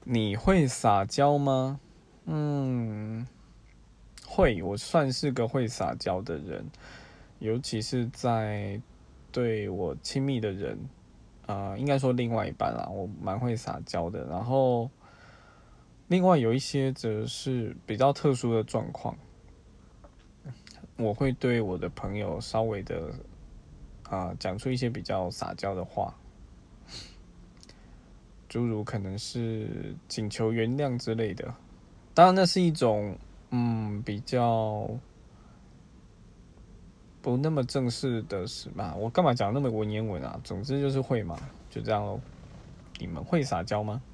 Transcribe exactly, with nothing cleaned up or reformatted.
你会撒娇吗？嗯，会，我算是个会撒娇的人，尤其是在对我亲密的人，呃，应该说另外一半啦，我蛮会撒娇的。然后，另外有一些则是比较特殊的状况，我会对我的朋友稍微的啊讲出一些比较撒娇的话，诸如可能是请求原谅之类的。当然，那是一种嗯比较不那么正式的事嘛。我干嘛讲那么文言文啊？总之就是会嘛，就这样喽。你们会撒娇吗？